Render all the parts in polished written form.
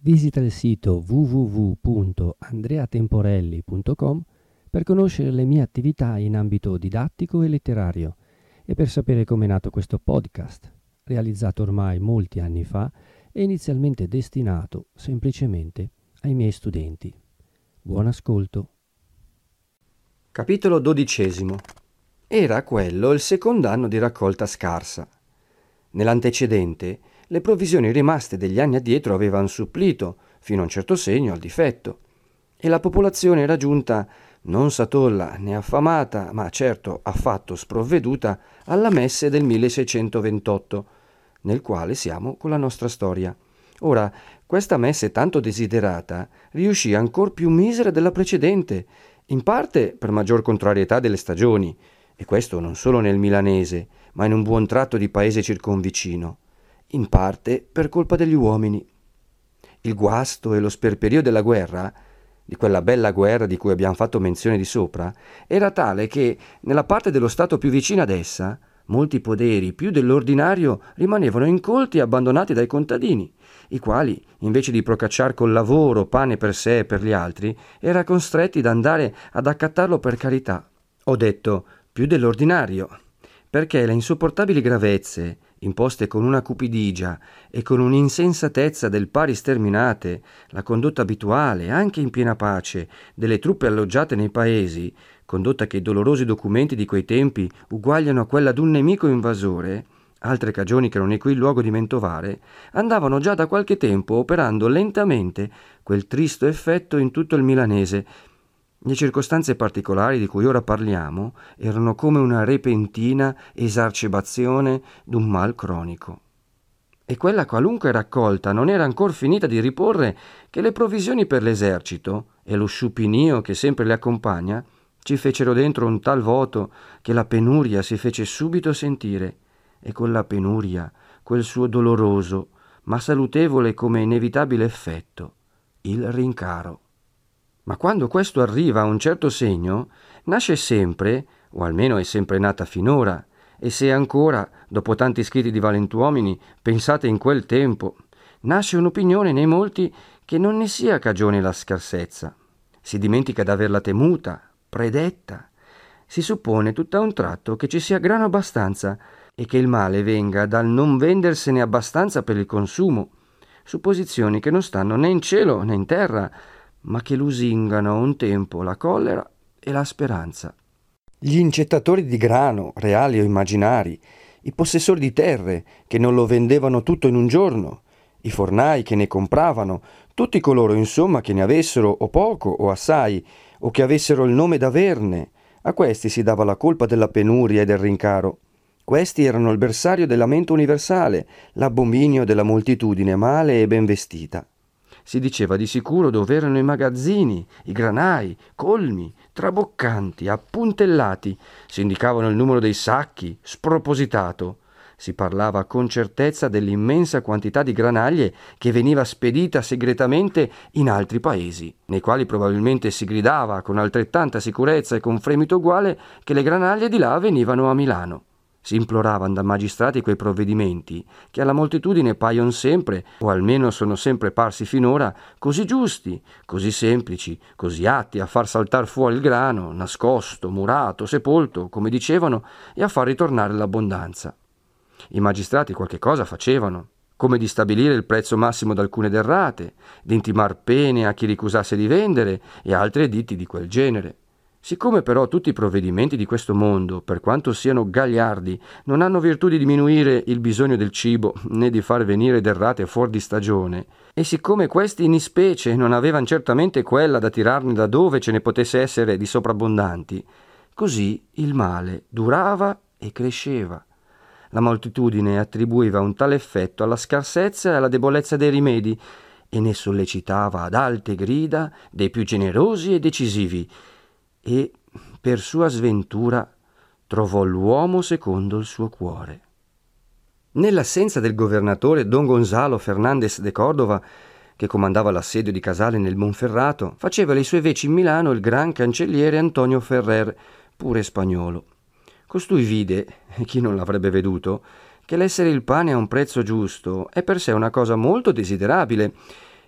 Visita il sito www.andreatemporelli.com per conoscere le mie attività in ambito didattico e letterario e per sapere come è nato questo podcast, realizzato ormai molti anni fa e inizialmente destinato semplicemente ai miei studenti. Buon ascolto. Capitolo 12. Era quello il secondo anno di raccolta scarsa. Nell'antecedente, le provvisioni rimaste degli anni addietro avevano supplito, fino a un certo segno, al difetto, e la popolazione era giunta non satolla né affamata, ma certo affatto sprovveduta alla messe del 1628, nel quale siamo con la nostra storia. Ora, questa messe tanto desiderata riuscì ancor più misera della precedente, in parte per maggior contrarietà delle stagioni, e questo non solo nel milanese, ma in un buon tratto di paese circonvicino, in parte per colpa degli uomini. Il guasto e lo sperperio della guerra, di quella bella guerra di cui abbiamo fatto menzione di sopra, era tale che, nella parte dello Stato più vicina ad essa, molti poderi, più dell'ordinario, rimanevano incolti e abbandonati dai contadini, i quali, invece di procacciar col lavoro pane per sé e per gli altri, era costretti ad andare ad accattarlo per carità. Ho detto più dell'ordinario, perché le insopportabili gravezze, imposte con una cupidigia e con un'insensatezza del pari sterminate, la condotta abituale, anche in piena pace, delle truppe alloggiate nei paesi, condotta che i dolorosi documenti di quei tempi uguagliano a quella d'un nemico invasore, altre cagioni che non è qui il luogo di mentovare, andavano già da qualche tempo operando lentamente quel tristo effetto in tutto il milanese. Le circostanze particolari di cui ora parliamo erano come una repentina esarcebazione d'un mal cronico. E quella qualunque raccolta non era ancor finita di riporre che le provvisioni per l'esercito e lo sciupinio che sempre le accompagna ci fecero dentro un tal voto che la penuria si fece subito sentire, e con la penuria quel suo doloroso ma salutevole come inevitabile effetto, il rincaro. Ma quando questo arriva a un certo segno, nasce sempre, o almeno è sempre nata finora, e se ancora, dopo tanti scritti di valentuomini, pensate in quel tempo, nasce un'opinione nei molti che non ne sia cagione la scarsezza. Si dimentica d'averla temuta, predetta. Si suppone tutt'a un tratto che ci sia grano abbastanza e che il male venga dal non vendersene abbastanza per il consumo, supposizioni che non stanno né in cielo né in terra, ma che lusingano a un tempo la collera e la speranza. Gli incettatori di grano, reali o immaginari, i possessori di terre, che non lo vendevano tutto in un giorno, i fornai che ne compravano, tutti coloro insomma che ne avessero o poco o assai, o che avessero il nome d'averne, a questi si dava la colpa della penuria e del rincaro. Questi erano il bersaglio del lamento universale, l'abominio della moltitudine male e ben vestita. Si diceva di sicuro dove erano i magazzini, i granai, colmi, traboccanti, appuntellati. Si indicavano il numero dei sacchi, spropositato. Si parlava con certezza dell'immensa quantità di granaglie che veniva spedita segretamente in altri paesi, nei quali probabilmente si gridava con altrettanta sicurezza e con fremito uguale che le granaglie di là venivano a Milano. Si imploravano da magistrati quei provvedimenti che alla moltitudine paiono sempre, o almeno sono sempre parsi finora, così giusti, così semplici, così atti a far saltar fuori il grano, nascosto, murato, sepolto, come dicevano, e a far ritornare l'abbondanza. I magistrati qualche cosa facevano, come di stabilire il prezzo massimo d'alcune derrate, di intimar pene a chi ricusasse di vendere e altri editti di quel genere. Siccome però tutti i provvedimenti di questo mondo, per quanto siano gagliardi, non hanno virtù di diminuire il bisogno del cibo, né di far venire derrate fuori di stagione, e siccome questi in ispecie non avevano certamente quella da tirarne da dove ce ne potesse essere di soprabbondanti, così il male durava e cresceva. La moltitudine attribuiva un tale effetto alla scarsezza e alla debolezza dei rimedi, e ne sollecitava ad alte grida dei più generosi e decisivi, e, per sua sventura, trovò l'uomo secondo il suo cuore. Nell'assenza del governatore Don Gonzalo Fernandez de Cordova, che comandava l'assedio di Casale nel Monferrato, faceva le sue veci in Milano il gran cancelliere Antonio Ferrer, pure spagnolo. Costui vide, e chi non l'avrebbe veduto, che l'essere il pane a un prezzo giusto è per sé una cosa molto desiderabile,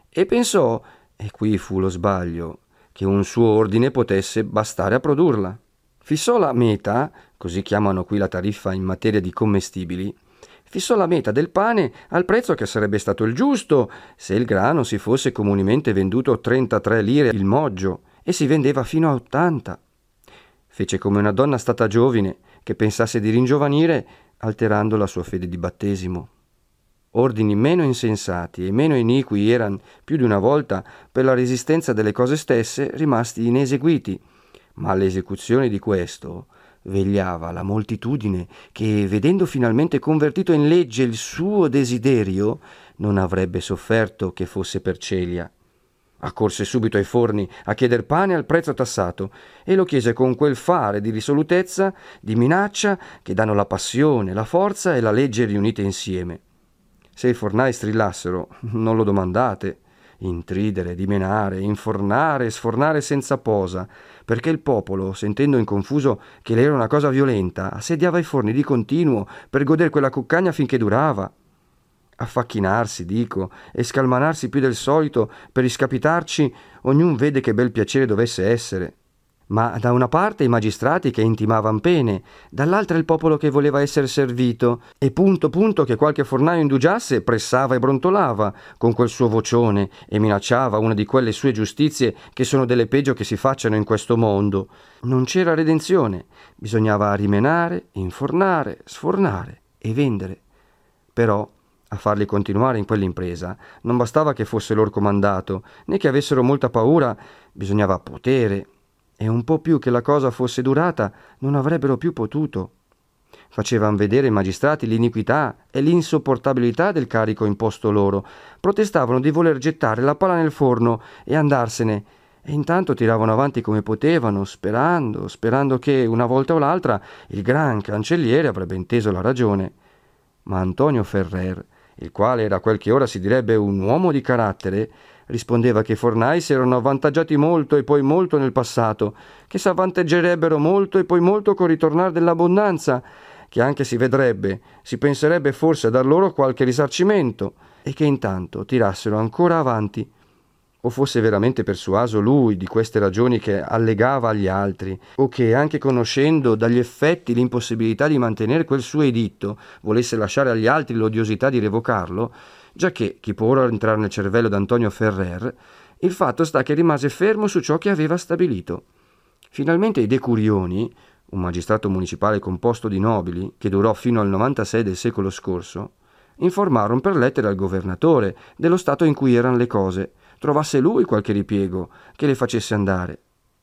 e pensò, e qui fu lo sbaglio, che un suo ordine potesse bastare a produrla. Fissò la meta, così chiamano qui la tariffa in materia di commestibili, fissò la meta del pane al prezzo che sarebbe stato il giusto se il grano si fosse comunemente venduto 33 lire il moggio e si vendeva fino a 80. Fece come una donna stata giovine che pensasse di ringiovanire alterando la sua fede di battesimo. Ordini meno insensati e meno iniqui eran più di una volta per la resistenza delle cose stesse rimasti ineseguiti, ma all'esecuzione di questo vegliava la moltitudine che, vedendo finalmente convertito in legge il suo desiderio, non avrebbe sofferto che fosse per celia. Accorse subito ai forni a chieder pane al prezzo tassato e lo chiese con quel fare di risolutezza, di minaccia che danno la passione, la forza e la legge riunite insieme. Se i fornai strillassero, non lo domandate, intridere, dimenare, infornare e sfornare senza posa, perché il popolo, sentendo in confuso che le era una cosa violenta, assediava i forni di continuo per goder quella cuccagna finché durava. Affacchinarsi, dico, e scalmanarsi più del solito per iscapitarci, ognun vede che bel piacere dovesse essere. Ma da una parte i magistrati che intimavan pene, dall'altra il popolo che voleva essere servito, e punto che qualche fornaio indugiasse pressava e brontolava con quel suo vocione e minacciava una di quelle sue giustizie che sono delle peggio che si facciano in questo mondo. Non c'era redenzione, bisognava rimenare, infornare, sfornare e vendere. Però a farli continuare in quell'impresa non bastava che fosse loro comandato, né che avessero molta paura, bisognava potere. E un po' più che la cosa fosse durata, non avrebbero più potuto. Facevan vedere i magistrati l'iniquità e l'insopportabilità del carico imposto loro, protestavano di voler gettare la pala nel forno e andarsene, e intanto tiravano avanti come potevano, sperando che, una volta o l'altra, il gran cancelliere avrebbe inteso la ragione. Ma Antonio Ferrer, il quale era quel che ora si direbbe un uomo di carattere, rispondeva che i fornai si erano avvantaggiati molto e poi molto nel passato, che s'avvantaggerebbero molto e poi molto col ritornar dell'abbondanza, che anche si vedrebbe, si penserebbe forse a dar loro qualche risarcimento, e che intanto tirassero ancora avanti. O fosse veramente persuaso lui di queste ragioni che allegava agli altri, o che, anche conoscendo dagli effetti l'impossibilità di mantenere quel suo editto, volesse lasciare agli altri l'odiosità di revocarlo, giacché chi può ora entrare nel cervello d'Antonio Ferrer, il fatto sta che rimase fermo su ciò che aveva stabilito. Finalmente i decurioni, un magistrato municipale composto di nobili, che durò fino al 96 del secolo scorso, informarono per lettere al governatore dello stato in cui erano le cose, trovasse lui qualche ripiego che le facesse andare.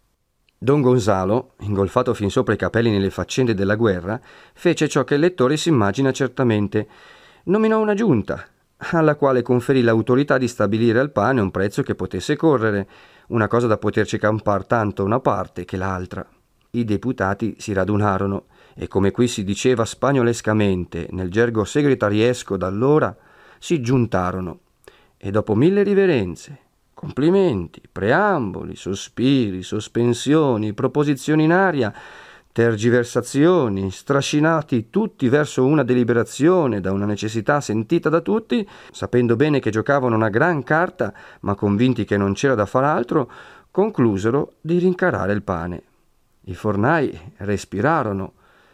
Don Gonzalo, ingolfato fin sopra i capelli nelle faccende della guerra, fece ciò che il lettore si immagina certamente. Nominò una giunta, alla quale conferì l'autorità di stabilire al pane un prezzo che potesse correre, una cosa da poterci campar tanto una parte che l'altra. I deputati si radunarono e, come qui si diceva spagnolescamente nel gergo segretariesco d'allora, si giuntarono e dopo 1000 riverenze, complimenti, preamboli, sospiri, sospensioni, proposizioni in aria, tergiversazioni, strascinati tutti verso una deliberazione da una necessità sentita da tutti, sapendo bene che giocavano una gran carta, ma convinti che non c'era da far altro, conclusero di rincarare il pane. I fornai respirarono,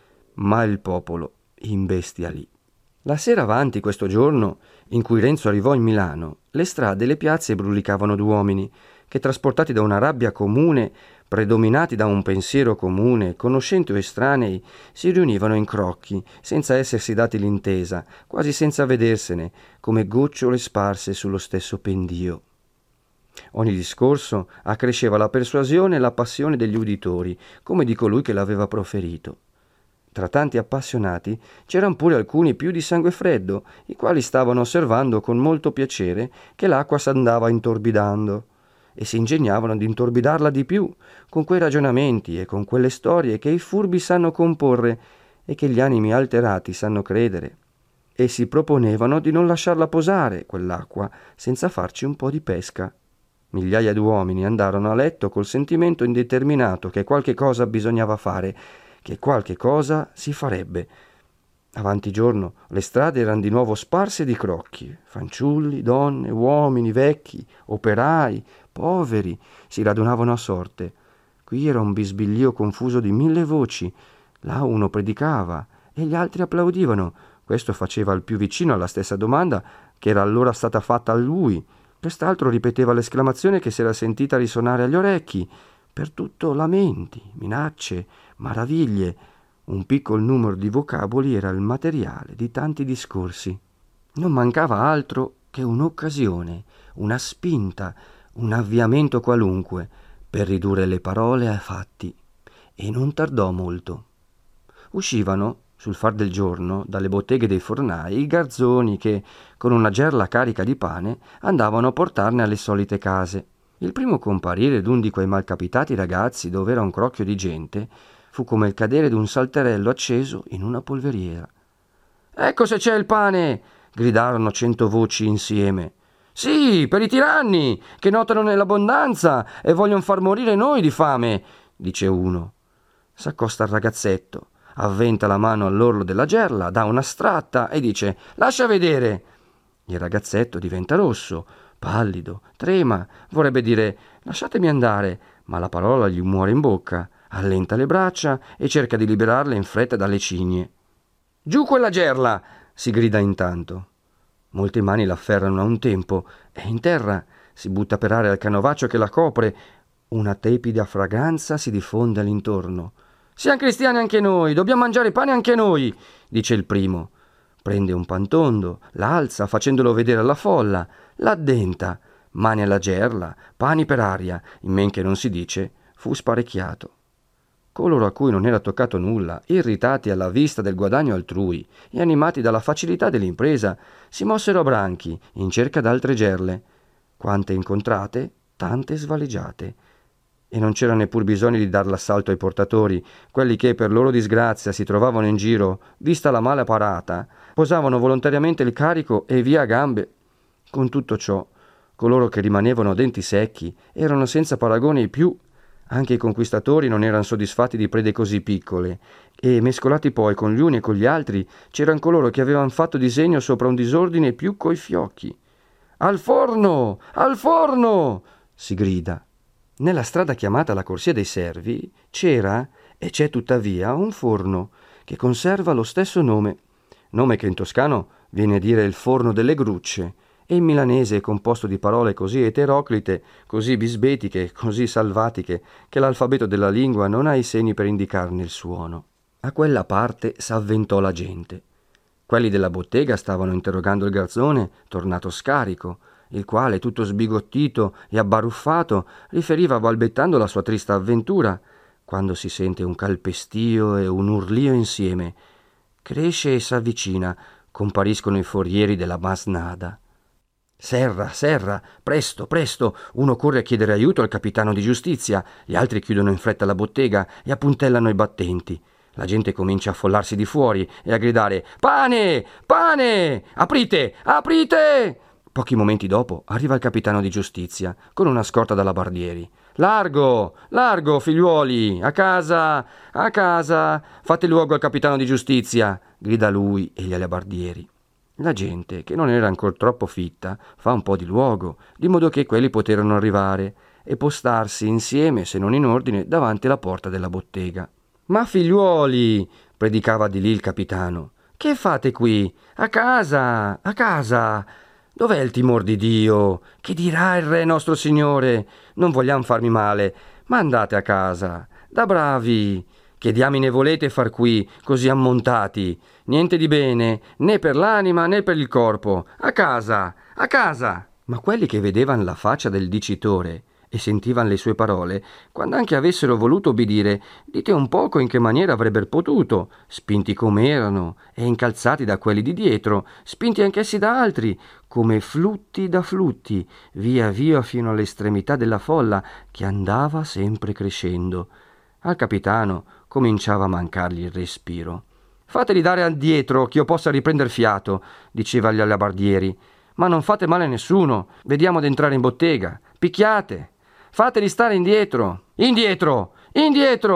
ma il popolo imbestialì. La sera avanti questo giorno, in cui Renzo arrivò in Milano, le strade e le piazze brulicavano d'uomini, che trasportati da una rabbia comune, predominati da un pensiero comune, conoscenti o estranei, si riunivano in crocchi, senza essersi dati l'intesa, quasi senza vedersene, come gocciole sparse sullo stesso pendio. Ogni discorso accresceva la persuasione e la passione degli uditori, come di colui che l'aveva proferito. Tra tanti appassionati c'eran pure alcuni più di sangue freddo, i quali stavano osservando con molto piacere che l'acqua s'andava intorbidando e si ingegnavano di intorbidarla di più, con quei ragionamenti e con quelle storie che i furbi sanno comporre e che gli animi alterati sanno credere, e si proponevano di non lasciarla posare, quell'acqua, senza farci un po' di pesca. Migliaia d'uomini andarono a letto col sentimento indeterminato che qualche cosa bisognava fare, che qualche cosa si farebbe. Avanti giorno le strade erano di nuovo sparse di crocchi, fanciulli, donne, uomini, vecchi, operai, poveri, si radunavano a sorte. Qui era un bisbiglio confuso di 1000 voci. Là uno predicava e gli altri applaudivano. Questo faceva il più vicino alla stessa domanda che era allora stata fatta a lui. Quest'altro ripeteva l'esclamazione che si era sentita risuonare agli orecchi. Per tutto lamenti, minacce, maraviglie. Un piccolo numero di vocaboli era il materiale di tanti discorsi. Non mancava altro che un'occasione, una spinta, un avviamento qualunque per ridurre le parole ai fatti. E non tardò molto. Uscivano, sul far del giorno, dalle botteghe dei fornai, i garzoni che, con una gerla carica di pane, andavano a portarne alle solite case. Il primo comparire d'un di quei malcapitati ragazzi dove era un crocchio di gente fu come il cadere d'un salterello acceso in una polveriera. «Ecco se c'è il pane!» gridarono 100 voci insieme. «Sì, per i tiranni, che notano nell'abbondanza e vogliono far morire noi di fame!» dice uno. S'accosta al ragazzetto, avventa la mano all'orlo della gerla, dà una stratta e dice «Lascia vedere!» Il ragazzetto diventa rosso, pallido, trema, vorrebbe dire «lasciatemi andare», ma la parola gli muore in bocca, allenta le braccia e cerca di liberarle in fretta dalle cigne. «Giù quella gerla!» si grida intanto. Molte mani l'afferrano a un tempo e in terra si butta per aria il canovaccio che la copre. Una tepida fragranza si diffonde all'intorno. «Siamo cristiani anche noi, dobbiamo mangiare pane anche noi», dice il primo. Prende un pantondo, l'alza facendolo vedere alla folla, l'addenta, mani alla gerla, pani per aria, in men che non si dice, fu sparecchiato. Coloro a cui non era toccato nulla, irritati alla vista del guadagno altrui e animati dalla facilità dell'impresa, si mossero a branchi in cerca d'altre gerle. Quante incontrate, tante svaligiate. E non c'era neppur bisogno di dar l'assalto ai portatori, quelli che per loro disgrazia si trovavano in giro, vista la mala parata, posavano volontariamente il carico e via a gambe. Con tutto ciò, coloro che rimanevano a denti secchi erano senza paragone i più. Anche i conquistatori non erano soddisfatti di prede così piccole, e mescolati poi con gli uni e con gli altri c'erano coloro che avevano fatto disegno sopra un disordine più coi fiocchi. «Al forno! Al forno!» si grida. Nella strada chiamata la Corsia dei Servi c'era, e c'è tuttavia, un forno che conserva lo stesso nome che in toscano viene a dire il forno delle grucce, e in milanese è composto di parole così eteroclite, così bisbetiche, così salvatiche, che l'alfabeto della lingua non ha i segni per indicarne il suono. A quella parte s'avventò la gente. Quelli della bottega stavano interrogando il garzone, tornato scarico, il quale, tutto sbigottito e abbaruffato, riferiva balbettando la sua trista avventura, quando si sente un calpestio e un urlio insieme. Cresce e s'avvicina, compariscono i forieri della masnada. «Serra, serra, presto, presto!» Uno corre a chiedere aiuto al capitano di giustizia, gli altri chiudono in fretta la bottega e appuntellano i battenti. La gente comincia a affollarsi di fuori e a gridare «Pane! Pane! Aprite! Aprite!» Pochi momenti dopo arriva il capitano di giustizia con una scorta d'alabardieri. «Largo! Largo, figliuoli! A casa! A casa! Fate luogo al capitano di giustizia!» grida lui e gli alabardieri. La gente, che non era ancora troppo fitta, fa un po' di luogo, di modo che quelli poterono arrivare e postarsi insieme, se non in ordine, davanti alla porta della bottega. «Ma figliuoli!» predicava di lì il capitano. «Che fate qui? A casa! A casa! Dov'è il timor di Dio? Che dirà il re nostro Signore? Non vogliamo farmi male, ma andate a casa, da bravi! Che diamine volete far qui, così ammontati? Niente di bene, né per l'anima né per il corpo. A casa! A casa!» Ma quelli che vedevano la faccia del dicitore e sentivano le sue parole, quando anche avessero voluto obbedire, dite un poco in che maniera avrebbero potuto, spinti come erano e incalzati da quelli di dietro, spinti anch'essi da altri, come flutti da flutti, via via fino all'estremità della folla che andava sempre crescendo. Al capitano cominciava a mancargli il respiro. «Fateli dare addietro, che io possa riprender fiato», diceva agli alabardieri. «Ma non fate male a nessuno, vediamo d'entrare in bottega. Picchiate! Fateli stare indietro! Indietro! Indietro!»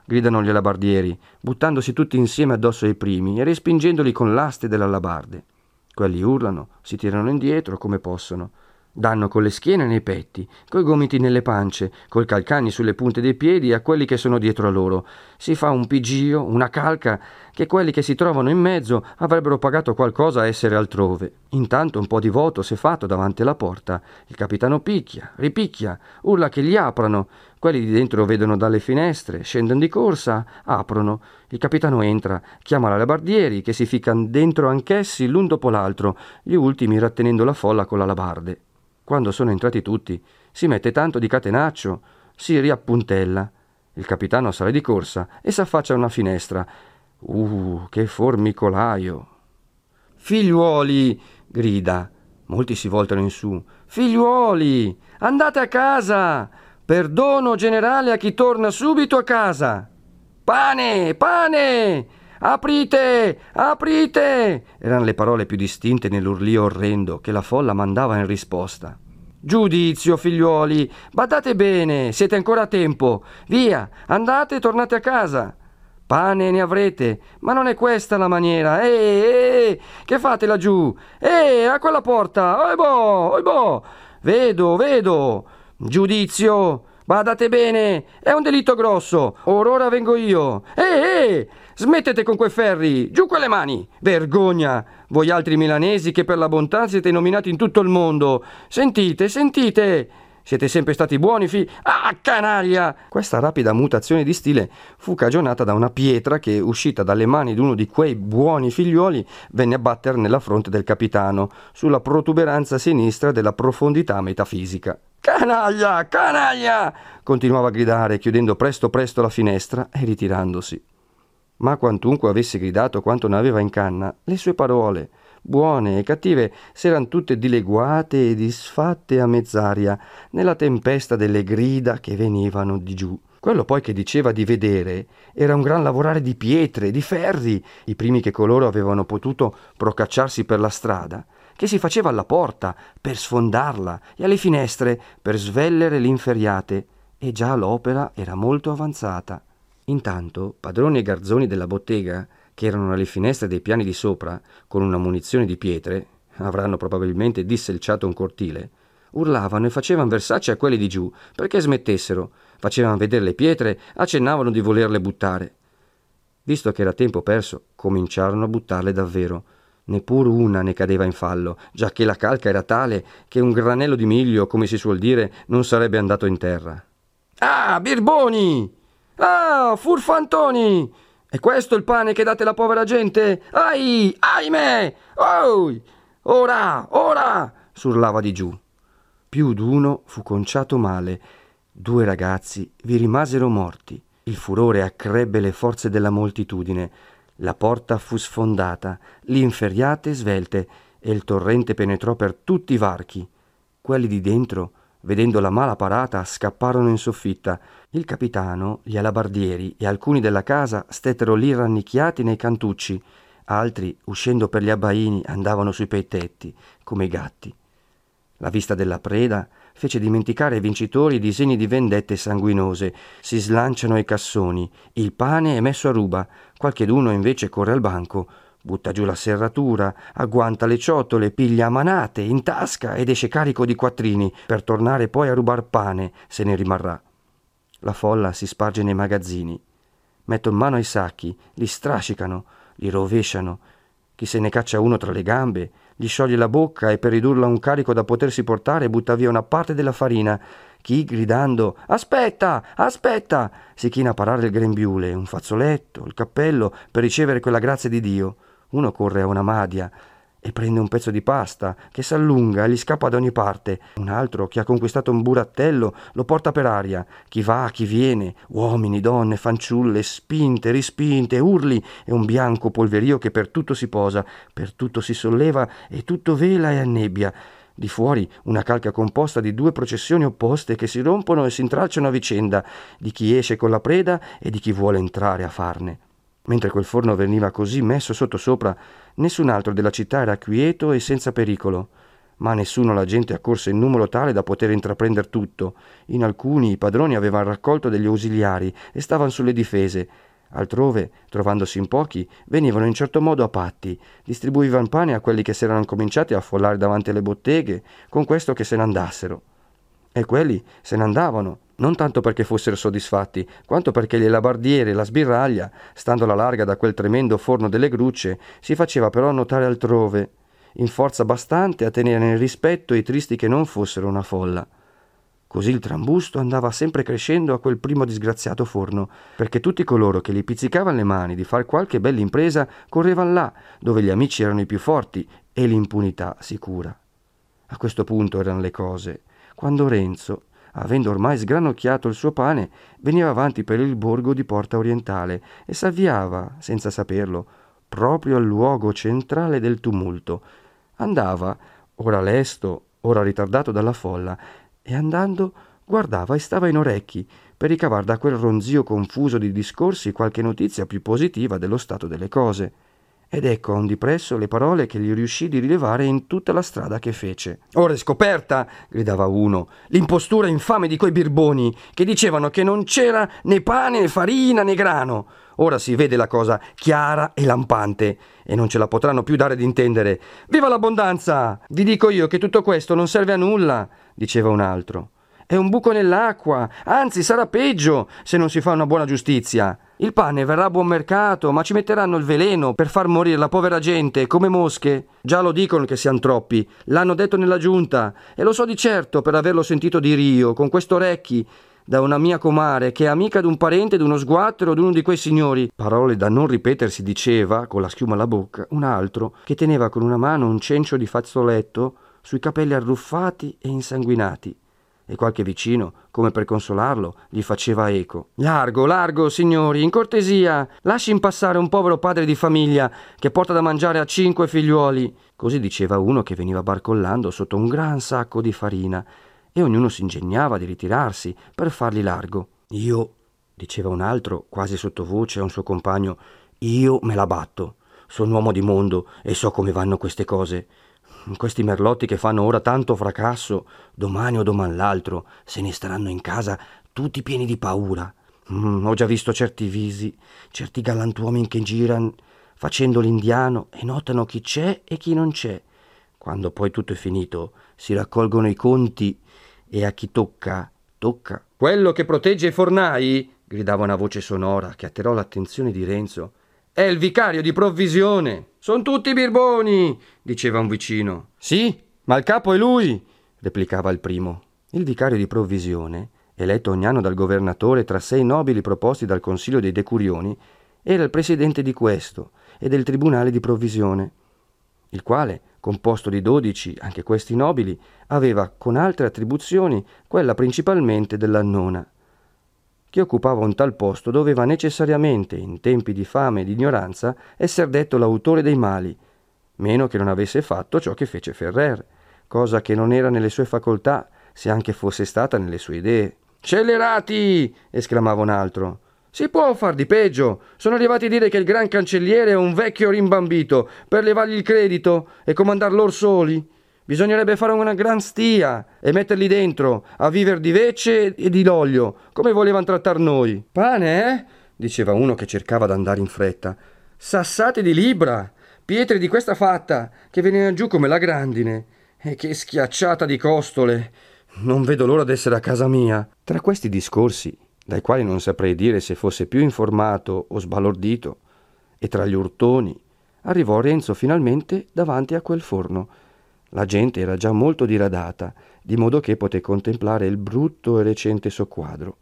gridano gli alabardieri, buttandosi tutti insieme addosso ai primi e respingendoli con l'aste delle alabarde. Quelli urlano, si tirano indietro come possono. Danno con le schiene nei petti, coi gomiti nelle pance, col calcagni sulle punte dei piedi a quelli che sono dietro a loro. Si fa un pigio, una calca, che quelli che si trovano in mezzo avrebbero pagato qualcosa a essere altrove. Intanto un po' di voto si è fatto davanti alla porta. Il capitano picchia, ripicchia, urla che gli aprano. Quelli di dentro vedono dalle finestre, scendono di corsa, aprono. Il capitano entra, chiama l'alabardieri che si ficcano dentro anch'essi l'un dopo l'altro, gli ultimi rattenendo la folla con l'alabarde. Quando sono entrati tutti, si mette tanto di catenaccio, si riappuntella. Il capitano sale di corsa e s'affaccia a una finestra. Che formicolaio! Figliuoli! Grida. Molti si voltano in su. Figliuoli! Andate a casa! Perdono generale a chi torna subito a casa! Pane! Pane! Aprite! Aprite! Erano le parole più distinte nell'urlio orrendo che la folla mandava in risposta. Giudizio, figliuoli! Badate bene, siete ancora a tempo! Via! Andate e tornate a casa! Pane ne avrete, ma non è questa la maniera! Che fate laggiù? A quella porta! Oibò! Vedo! Giudizio! Badate bene, è un delitto grosso. Ora vengo io. Smettete con quei ferri, giù quelle mani. Vergogna, voi altri milanesi che per la bontà siete nominati in tutto il mondo. Sentite. Siete sempre stati buoni, canaglia! Questa rapida mutazione di stile fu cagionata da una pietra che, uscita dalle mani di uno di quei buoni figliuoli, venne a battere nella fronte del capitano, sulla protuberanza sinistra della profondità metafisica. Canaglia! Continuava a gridare, chiudendo presto la finestra e ritirandosi. Ma quantunque avesse gridato quanto ne aveva in canna, le sue parole, buone e cattive, s'eran tutte dileguate e disfatte a mezz'aria nella tempesta delle grida che venivano di giù. Quello poi che diceva di vedere era un gran lavorare di pietre, di ferri, i primi che coloro avevano potuto procacciarsi per la strada, che si faceva alla porta per sfondarla e alle finestre per svellere l'inferriate, e già l'opera era molto avanzata. Intanto padroni e garzoni della bottega, che erano alle finestre dei piani di sopra, con una munizione di pietre, avranno probabilmente disselciato un cortile, urlavano e facevano versacce a quelli di giù perché smettessero, facevano vedere le pietre, accennavano di volerle buttare. Visto che era tempo perso, cominciarono a buttarle davvero. Neppur una ne cadeva in fallo, giacché la calca era tale che un granello di miglio, come si suol dire, non sarebbe andato in terra. Ah, birboni! Ah, furfantoni! È questo il pane che date alla povera gente? Ahimè! Ora! S'urlava di giù. Più d'uno fu conciato male. 2 ragazzi vi rimasero morti. Il furore accrebbe le forze della moltitudine. La porta fu sfondata, le inferriate svelte, e il torrente penetrò per tutti i varchi. Quelli di dentro, vedendo la mala parata, scapparono in soffitta. Il capitano, gli alabardieri e alcuni della casa stettero lì rannicchiati nei cantucci. Altri, uscendo per gli abbaini, andavano sui peitetti, come i gatti. La vista della preda fece dimenticare ai vincitori i disegni di vendette sanguinose. Si slanciano ai cassoni, il pane è messo a ruba, qualcheduno invece corre al banco, butta giù la serratura, agguanta le ciotole, piglia a manate in tasca ed esce carico di quattrini per tornare poi a rubar pane, se ne rimarrà. La folla si sparge nei magazzini, mettono mano ai sacchi, li strascicano, li rovesciano. Chi se ne caccia uno tra le gambe, gli scioglie la bocca e per ridurlo a un carico da potersi portare butta via una parte della farina. Chi, gridando «Aspetta! Si china a parare il grembiule, un fazzoletto, il cappello per ricevere quella grazia di Dio. Uno corre a una madia e prende un pezzo di pasta che s'allunga e gli scappa da ogni parte. Un altro, che ha conquistato un burattello, lo porta per aria. Chi va, chi viene, uomini, donne, fanciulle, spinte, rispinte, urli e un bianco polverio che per tutto si posa, per tutto si solleva e tutto vela e annebbia. Di fuori una calca composta di 2 processioni opposte che si rompono e si intralciano a vicenda, di chi esce con la preda e di chi vuole entrare a farne. Mentre quel forno veniva così messo sottosopra, nessun altro della città era quieto e senza pericolo. ma a nessuno la gente accorse in numero tale da poter intraprendere tutto. In alcuni i padroni avevano raccolto degli ausiliari e stavano sulle difese. Altrove, trovandosi in pochi, venivano in certo modo a patti, distribuivano pane a quelli che si erano cominciati a affollare davanti alle botteghe, con questo che se ne andassero. E quelli se ne andavano, non tanto perché fossero soddisfatti, quanto perché le labardiere e la sbirraglia, stando alla larga da quel tremendo forno delle grucce, si faceva però notare altrove, in forza bastante a tenere nel rispetto i tristi che non fossero una folla. Così il trambusto andava sempre crescendo a quel primo disgraziato forno, perché tutti coloro che gli pizzicavano le mani di far qualche bella impresa correvano là, dove gli amici erano i più forti e l'impunità sicura. A questo punto erano le cose, quando Renzo, avendo ormai sgranocchiato il suo pane, veniva avanti per il borgo di Porta Orientale e s'avviava, senza saperlo, proprio al luogo centrale del tumulto. Andava, ora lesto, ora ritardato dalla folla, e andando guardava e stava in orecchi per ricavar da quel ronzio confuso di discorsi qualche notizia più positiva dello stato delle cose. Ed ecco a un dipresso le parole che gli riuscì di rilevare in tutta la strada che fece. «Ora è scoperta», gridava uno, «l'impostura infame di quei birboni che dicevano che non c'era né pane né farina né grano. Ora si vede la cosa chiara e lampante e non ce la potranno più dare d'intendere. Viva l'abbondanza! Vi dico io che tutto questo non serve a nulla», diceva un altro. «È un buco nell'acqua, anzi sarà peggio se non si fa una buona giustizia. Il pane verrà a buon mercato, ma ci metteranno il veleno per far morire la povera gente come mosche. Già lo dicono che siamo troppi, l'hanno detto nella giunta, e lo so di certo per averlo sentito dire io, con questi orecchi, da una mia comare che è amica d'un parente d'uno sguattero o d'uno di quei signori». Parole da non ripetersi diceva, con la schiuma alla bocca, un altro che teneva con una mano un cencio di fazzoletto sui capelli arruffati e insanguinati. E qualche vicino, come per consolarlo, gli faceva eco. «Largo, largo, signori, in cortesia, lasci passare un povero padre di famiglia che porta da mangiare a 5 figliuoli». Così diceva uno che veniva barcollando sotto un gran sacco di farina, e ognuno si ingegnava di ritirarsi per fargli largo. «Io», diceva un altro, quasi sottovoce a un suo compagno, «io me la batto. Sono uomo di mondo e so come vanno queste cose. Questi merlotti che fanno ora tanto fracasso, domani o doman l'altro, se ne staranno in casa tutti pieni di paura. Ho già visto certi visi, certi galantuomini che girano facendo l'indiano e notano chi c'è e chi non c'è. Quando poi tutto è finito, si raccolgono i conti e a chi tocca, tocca». «Quello che protegge i fornai», gridava una voce sonora che attirò l'attenzione di Renzo, «è il vicario di provvisione». «Son tutti birboni», diceva un vicino. «Sì, ma il capo è lui», replicava il primo. Il vicario di provvisione, eletto ogni anno dal governatore tra 6 nobili proposti dal consiglio dei decurioni, era il presidente di questo e del tribunale di provvisione, il quale, composto di 12, anche questi nobili, aveva con altre attribuzioni quella principalmente dell'annona. Chi occupava un tal posto doveva necessariamente, in tempi di fame e di ignoranza, esser detto l'autore dei mali, meno che non avesse fatto ciò che fece Ferrer, cosa che non era nelle sue facoltà, se anche fosse stata nelle sue idee. «Scellerati!» esclamava un altro. «Si può far di peggio. Sono arrivati a dire che il gran cancelliere è un vecchio rimbambito per levargli il credito e comandar lor soli. Bisognerebbe fare una gran stia e metterli dentro a viver di vece e di l'olio, come volevano trattar noi». «Pane, eh?» diceva uno che cercava d'andare in fretta. «Sassate di libra, pietre di questa fatta, che venivano giù come la grandine. E che schiacciata di costole! Non vedo l'ora d'essere a casa mia». Tra questi discorsi, dai quali non saprei dire se fosse più informato o sbalordito, e tra gli urtoni, arrivò Renzo finalmente davanti a quel forno. La gente era già molto diradata, di modo che poté contemplare il brutto e recente soquadro.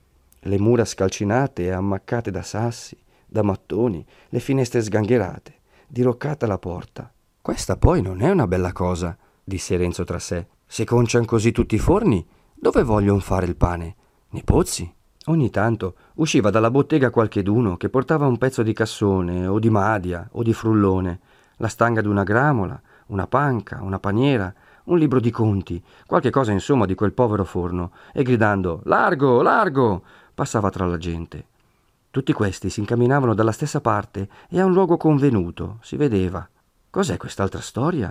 Le mura scalcinate e ammaccate da sassi, da mattoni, le finestre sgangherate, diroccata la porta. «Questa poi non è una bella cosa», disse Renzo tra sé. «Se concian così tutti i forni, dove voglion fare il pane? Nei pozzi?» Ogni tanto usciva dalla bottega qualcheduno che portava un pezzo di cassone o di madia o di frullone, la stanga d'una gramola, una panca, una paniera, un libro di conti, qualche cosa insomma di quel povero forno, e gridando «Largo, largo!» passava tra la gente. Tutti questi si incamminavano dalla stessa parte e a un luogo convenuto, si vedeva. «Cos'è quest'altra storia?»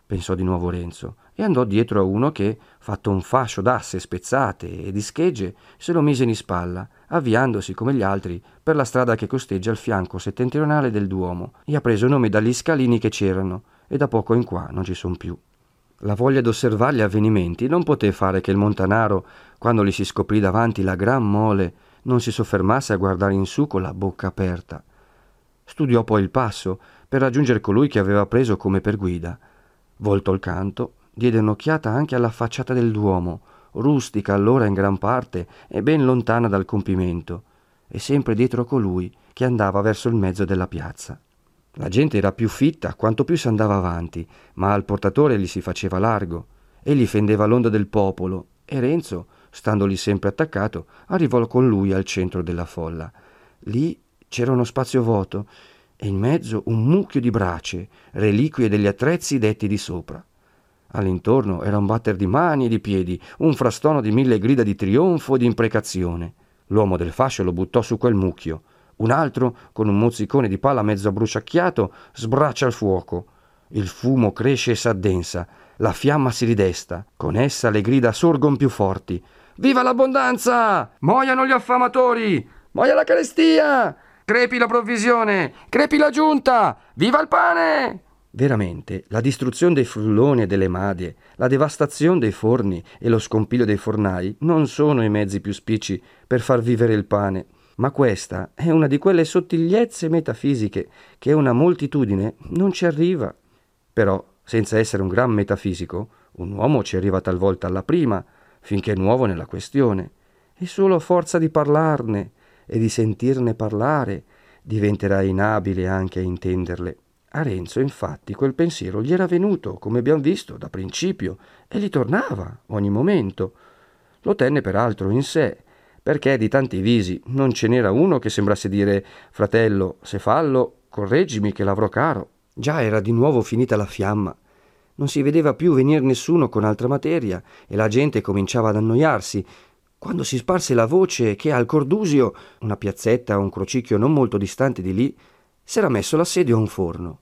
pensò di nuovo Renzo, e andò dietro a uno che, fatto un fascio d'asse spezzate e di schegge, se lo mise in spalla, avviandosi come gli altri per la strada che costeggia il fianco settentrionale del Duomo, e ha preso nome dagli scalini che c'erano, e da poco in qua non ci son più. La voglia d'osservare gli avvenimenti non poté fare che il montanaro, quando gli si scoprì davanti la gran mole, non si soffermasse a guardare in su con la bocca aperta. Studiò poi il passo per raggiungere colui che aveva preso come per guida. Voltò il canto, diede un'occhiata anche alla facciata del Duomo, rustica allora in gran parte e ben lontana dal compimento, e sempre dietro colui che andava verso il mezzo della piazza. La gente era più fitta quanto più si andava avanti, ma al portatore gli si faceva largo. Egli fendeva l'onda del popolo e Renzo, standogli sempre attaccato, arrivò con lui al centro della folla. Lì c'era uno spazio vuoto e in mezzo un mucchio di brace, reliquie degli attrezzi detti di sopra. All'intorno era un batter di mani e di piedi, un frastono di 1000 grida di trionfo e di imprecazione. L'uomo del fascio lo buttò su quel mucchio. Un altro, con un mozzicone di palla mezzo abbruciacchiato, sbraccia il fuoco. Il fumo cresce e s'addensa, la fiamma si ridesta, con essa le grida sorgon più forti. «Viva l'abbondanza! Muoiano gli affamatori! Muoia la carestia! Crepi la provvisione! Crepi la giunta! Viva il pane!» Veramente, la distruzione dei frulloni e delle madie, la devastazione dei forni e lo scompiglio dei fornai non sono i mezzi più spicci per far vivere il pane, ma questa è una di quelle sottigliezze metafisiche che una moltitudine non ci arriva. Però, senza essere un gran metafisico, un uomo ci arriva talvolta alla prima, finché è nuovo nella questione, e solo a forza di parlarne e di sentirne parlare diventerà inabile anche a intenderle. A Renzo, infatti, quel pensiero gli era venuto, come abbiamo visto, da principio, e gli tornava ogni momento. Lo tenne peraltro in sé, perché di tanti visi non ce n'era uno che sembrasse dire «Fratello, se fallo, correggimi che l'avrò caro». Già era di nuovo finita la fiamma. Non si vedeva più venir nessuno con altra materia e la gente cominciava ad annoiarsi, quando si sparse la voce che al Cordusio, una piazzetta o un crocicchio non molto distante di lì, s'era messo l'assedio a un forno.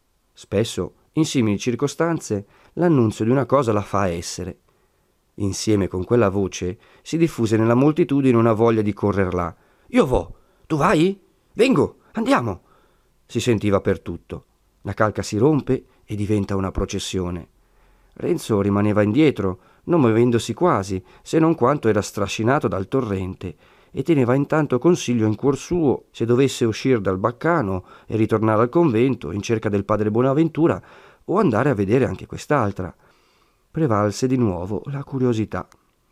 Spesso, in simili circostanze, l'annunzio di una cosa la fa essere. Insieme con quella voce si diffuse nella moltitudine una voglia di correr là. «Io vo! Tu vai? Vengo! Andiamo!» Si sentiva per tutto. La calca si rompe e diventa una processione. Renzo rimaneva indietro, non muovendosi quasi, se non quanto era strascinato dal torrente, e teneva intanto consiglio in cuor suo se dovesse uscire dal baccano e ritornare al convento in cerca del padre Bonaventura o andare a vedere anche quest'altra. Prevalse di nuovo la curiosità.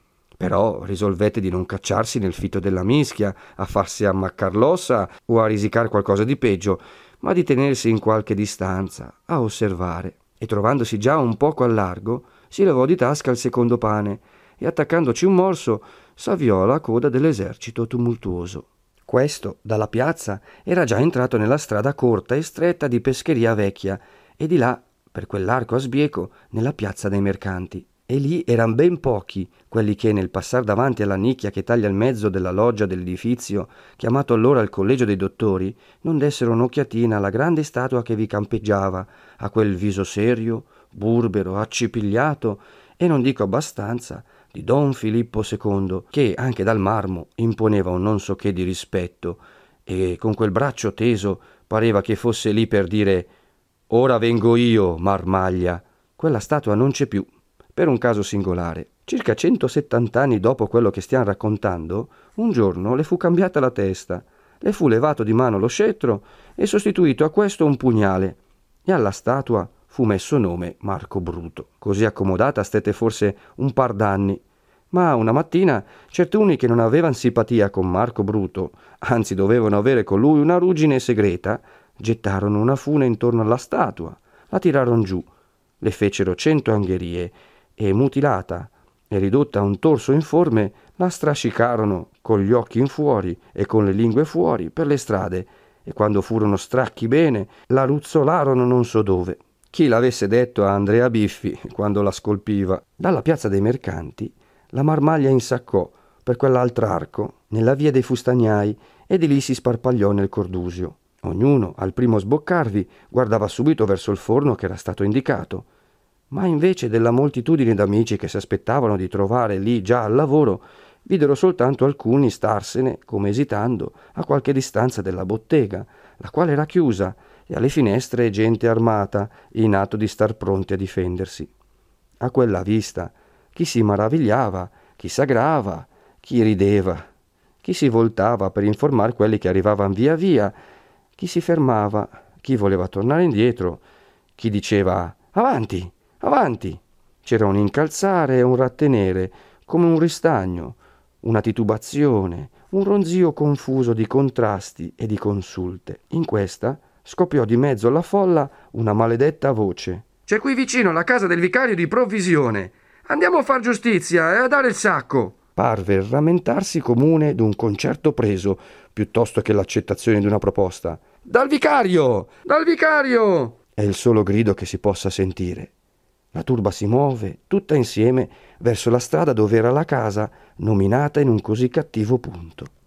Però risolvette di non cacciarsi nel fitto della mischia, a farsi ammaccar l'ossa o a risicar qualcosa di peggio, ma di tenersi in qualche distanza, a osservare. E trovandosi già un poco al largo, si levò di tasca il secondo pane e, attaccandoci un morso, s'avviò alla coda dell'esercito tumultuoso. Questo, dalla piazza, era già entrato nella strada corta e stretta di Pescheria Vecchia e di là, per quell'arco a sbieco, nella piazza dei mercanti. E lì eran ben pochi quelli che, nel passar davanti alla nicchia che taglia il mezzo della loggia dell'edifizio, chiamato allora il Collegio dei Dottori, non dessero un'occhiatina alla grande statua che vi campeggiava, a quel viso serio, burbero, accipigliato, e non dico abbastanza, di Don Filippo II, che anche dal marmo imponeva un non so che di rispetto, e con quel braccio teso pareva che fosse lì per dire «Ora vengo io, marmaglia». Quella statua non c'è più, per un caso singolare. Circa 170 anni dopo quello che stiamo raccontando, un giorno le fu cambiata la testa, le fu levato di mano lo scettro e sostituito a questo un pugnale, e alla statua fu messo nome Marco Bruto. Così accomodata stette forse un par d'anni, ma una mattina certuni che non avevano simpatia con Marco Bruto, anzi dovevano avere con lui una ruggine segreta, gettarono una fune intorno alla statua, la tirarono giù, le fecero 100 angherie e, mutilata e ridotta a un torso informe, la strascicarono con gli occhi in fuori e con le lingue fuori per le strade, e quando furono stracchi bene la ruzzolarono non so dove. Chi l'avesse detto a Andrea Biffi quando la scolpiva? Dalla piazza dei mercanti la marmaglia insaccò per quell'altr'arco nella via dei Fustagnai e di lì si sparpagliò nel Cordusio. Ognuno, al primo sboccarvi, guardava subito verso il forno che era stato indicato. Ma invece della moltitudine d'amici che si aspettavano di trovare lì già al lavoro, videro soltanto alcuni starsene, come esitando, a qualche distanza della bottega, la quale era chiusa, e alle finestre gente armata, in atto di star pronti a difendersi. A quella vista, chi si maravigliava, chi s'aggrava, chi rideva, chi si voltava per informare quelli che arrivavano via via, chi si fermava, chi voleva tornare indietro, chi diceva «Avanti, avanti!». C'era un incalzare e un rattenere, come un ristagno, una titubazione, un ronzio confuso di contrasti e di consulte. In questa scoppiò di mezzo alla folla una maledetta voce. «C'è qui vicino la casa del vicario di provvisione. Andiamo a far giustizia e a dare il sacco!». Parve rammentarsi comune d'un concerto preso, piuttosto che l'accettazione di una proposta. «Dal vicario! Dal vicario!» è il solo grido che si possa sentire. La turba si muove, tutta insieme, verso la strada dove era la casa, nominata in un così cattivo punto.